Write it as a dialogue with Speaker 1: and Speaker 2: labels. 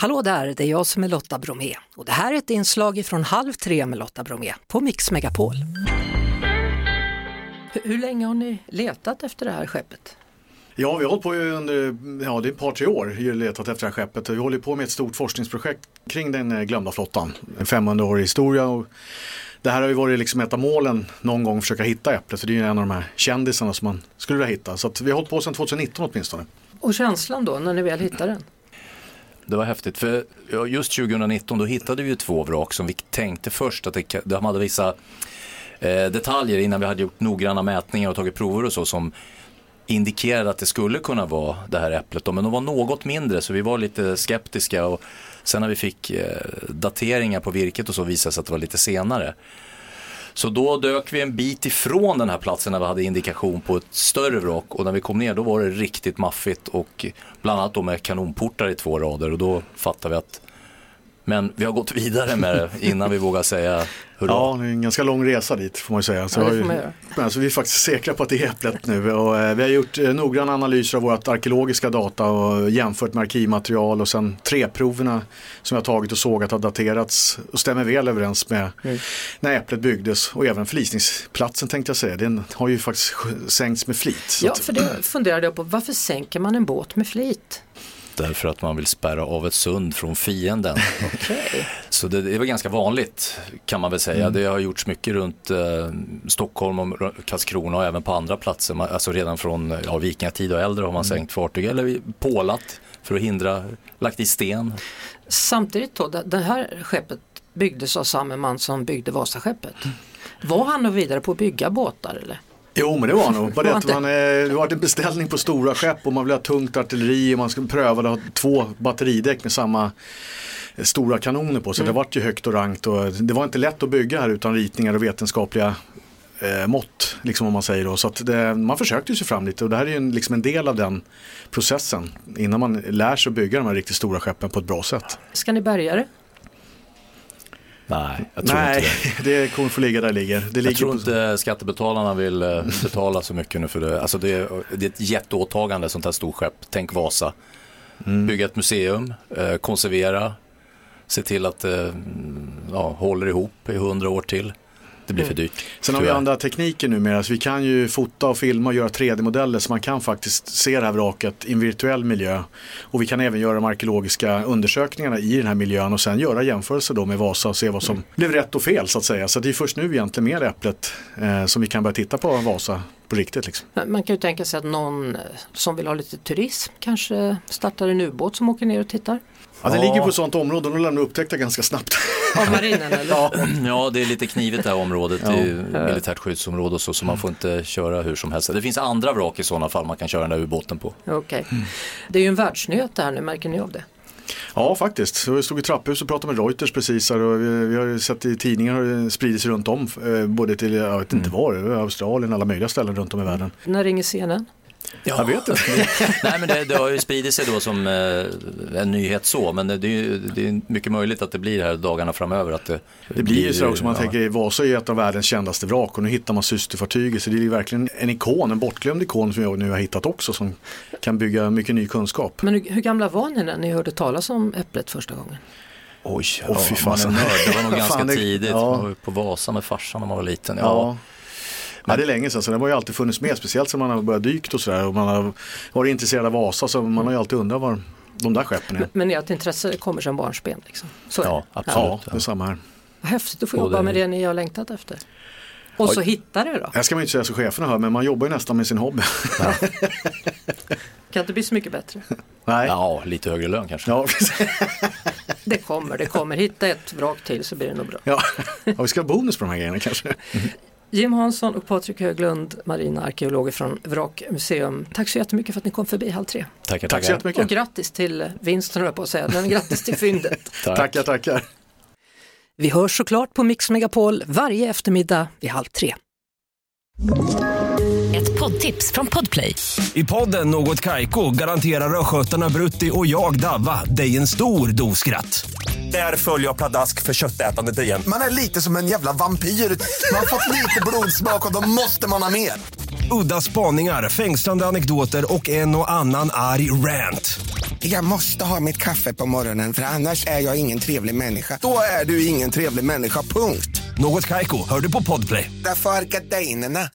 Speaker 1: Hallå där, det är jag som är Lotta Bromé och det här är ett inslag från 2:30 med Lotta Bromé på Mix Megapol. Hur länge har ni letat efter det här skeppet?
Speaker 2: Ja, vi har hållit på under det är ett par, 3 år letat efter det här skeppet. Vi håller på med ett stort forskningsprojekt kring den glömda flottan. En 500-årig historia och det här har ju varit liksom ett av målen någon gång att försöka hitta äpplet. För det är ju en av de här kändisarna som man skulle vilja hitta. Så att vi har hållit på sedan 2019 åtminstone.
Speaker 1: Och känslan då när ni väl hittar den?
Speaker 3: Det var häftigt för just 2019 då hittade vi ju 2 vrak som vi tänkte först att de hade vissa detaljer innan vi hade gjort noggranna mätningar och tagit prover och så som indikerade att det skulle kunna vara det här äpplet. Men de var något mindre så vi var lite skeptiska och sen när vi fick dateringar på virket och så visade sig att det var lite senare. Så då dök vi en bit ifrån den här platsen när vi hade indikation på ett större vrak och när vi kom ner då var det riktigt maffigt och bland annat då med kanonportar i 2 rader och då fattade vi att men vi har gått vidare med det innan vi vågar säga hurra.
Speaker 2: Ja, det är en ganska lång resa dit får man ju säga. Så, så vi är faktiskt säkra på att det är äpplet nu och vi har gjort noggranna analyser av vårt arkeologiska data och jämfört med arkivmaterial och sen 3-proverna som vi har tagit och sågat har daterats och stämmer väl överens med när äpplet byggdes och även förlisningsplatsen tänkte jag säga. Den har ju faktiskt sänkts med flit.
Speaker 1: Ja, för det funderade jag på. Varför sänker man en båt med flit?
Speaker 3: Därför att man vill spärra av ett sund från fienden.
Speaker 1: Okay.
Speaker 3: Så det var ganska vanligt kan man väl säga. Det har gjorts mycket runt Stockholm och Karlskrona och även på andra platser. Alltså redan från vikingatid och äldre har man sänkt fartyg eller pålat för att hindra, lagt i sten.
Speaker 1: Samtidigt då, det här skeppet byggdes av samma man som byggde Vasaskeppet. Var han och vidare på att bygga båtar eller?
Speaker 2: Jo, men det var nog. Det var en beställning på stora skepp och man ville ha tungt artilleri och man skulle pröva att ha 2 batteridäck med samma stora kanoner på. Så det var ju högt och rankt och det var inte lätt att bygga här utan ritningar och vetenskapliga mått, liksom om man säger då. Så att man försökte ju sig fram lite och det här är ju liksom en del av den processen innan man lär sig att bygga de här riktigt stora skeppen på ett bra sätt.
Speaker 1: Ska ni bärga det?
Speaker 3: Nej, jag tror inte
Speaker 2: det kommer få ligga där det ligger.
Speaker 3: Jag tror inte skattebetalarna vill betala så mycket nu för det. Alltså det är ett jätteåtagande sånt här storskepp. Tänk Vasa. Bygga ett museum, konservera, se till att det håller ihop i 100 år till. Det blir för dyrt.
Speaker 2: Sen har vi andra tekniker numera. Så vi kan ju fota och filma och göra 3D-modeller så man kan faktiskt se det här vraket i en virtuell miljö. Och vi kan även göra de arkeologiska undersökningarna i den här miljön och sen göra jämförelser då med Vasa och se vad som blev rätt och fel så att säga. Så det är först nu egentligen med äpplet som vi kan börja titta på Vasa på riktigt. Liksom.
Speaker 1: Man kan ju tänka sig att någon som vill ha lite turism kanske startar en ubåt som åker ner och tittar.
Speaker 2: Ja, det ligger på ett sånt område och då lär man upptäcka ganska snabbt.
Speaker 1: Av marinen eller?
Speaker 3: Ja, det är lite knivigt det här området. Det är ju militärt skyddsområde och så man får inte köra hur som helst. Det finns andra vrak i sådana fall man kan köra den där ubåten på.
Speaker 1: Okej. Det är ju en världsnyhet här nu, märker ni av det?
Speaker 2: Ja, faktiskt. Så jag stod i trapphus och pratade med Reuters precis här och vi har sett i tidningar och det sprider sig runt om. Både till, jag vet inte var, Australien, alla möjliga ställen runt om i världen.
Speaker 1: När ringer CNN?
Speaker 2: Ja. Jag vet inte.
Speaker 3: Nej, men det har ju spridit sig då som en nyhet så, men det är mycket möjligt att det blir här dagarna framöver att
Speaker 2: det blir ju så också, man tänker Vasa är ett av världens kändaste vrak och nu hittar man systerfartyget så det är ju verkligen en ikon, en bortglömd ikon som jag nu har hittat också som kan bygga mycket ny kunskap.
Speaker 1: Men hur gamla var ni när ni hörde talas om äpplet första gången?
Speaker 2: Oj, fy fan.
Speaker 3: Det var nog ganska tidigt, man var på Vasa med farsan när man var liten.
Speaker 2: Ja. Men det är länge sedan så det har ju alltid funnits med, speciellt som man har börjat dykt och sådär och man har varit intresserad av Vasa så man har ju alltid undrat var de där skeppen är.
Speaker 1: Men ert intresse kommer som barnsben liksom? Så
Speaker 3: ja, absolut.
Speaker 2: Ja, det är samma här.
Speaker 1: Vad häftigt att få jobba med det ni har längtat efter. Och så hittar det då?
Speaker 2: Jag ska man inte säga så cheferna hör, men man jobbar ju nästan med sin hobby.
Speaker 1: Ja. Kan inte bli så mycket bättre?
Speaker 2: Nej.
Speaker 3: Ja, lite högre lön kanske.
Speaker 2: Ja,
Speaker 1: det kommer. Hitta ett vrak till så blir det nog bra.
Speaker 2: Ja, vi ska ha bonus på de här grejerna kanske.
Speaker 1: Jim Hansson och Patrik Höglund, marina arkeologer från Vrakmuseum. Tack så jättemycket för att ni kom förbi 2:30.
Speaker 3: Tack
Speaker 2: så jättemycket.
Speaker 1: Och grattis till vinsten, höll jag på att säga. Men grattis till fyndet.
Speaker 2: Tackar.
Speaker 1: Vi hörs såklart på Mix Megapol varje eftermiddag vid 2:30.
Speaker 4: Ett poddtips från Podplay.
Speaker 5: I podden Något Kaiko garanterar röskötarna Brutti och jag Davva dig en stor doskratt. Där följer jag pladask för köttätandet igen.
Speaker 6: Man är lite som en jävla vampyr. Man har fått lite blodsmak och då måste man ha mer.
Speaker 5: Udda spaningar, fängslande anekdoter och en och annan arg rant.
Speaker 6: Jag måste ha mitt kaffe på morgonen för annars är jag ingen trevlig människa. Då är du ingen trevlig människa, punkt.
Speaker 5: Något Kaiko, hör du på Podplay.
Speaker 6: Därför är gardinerna.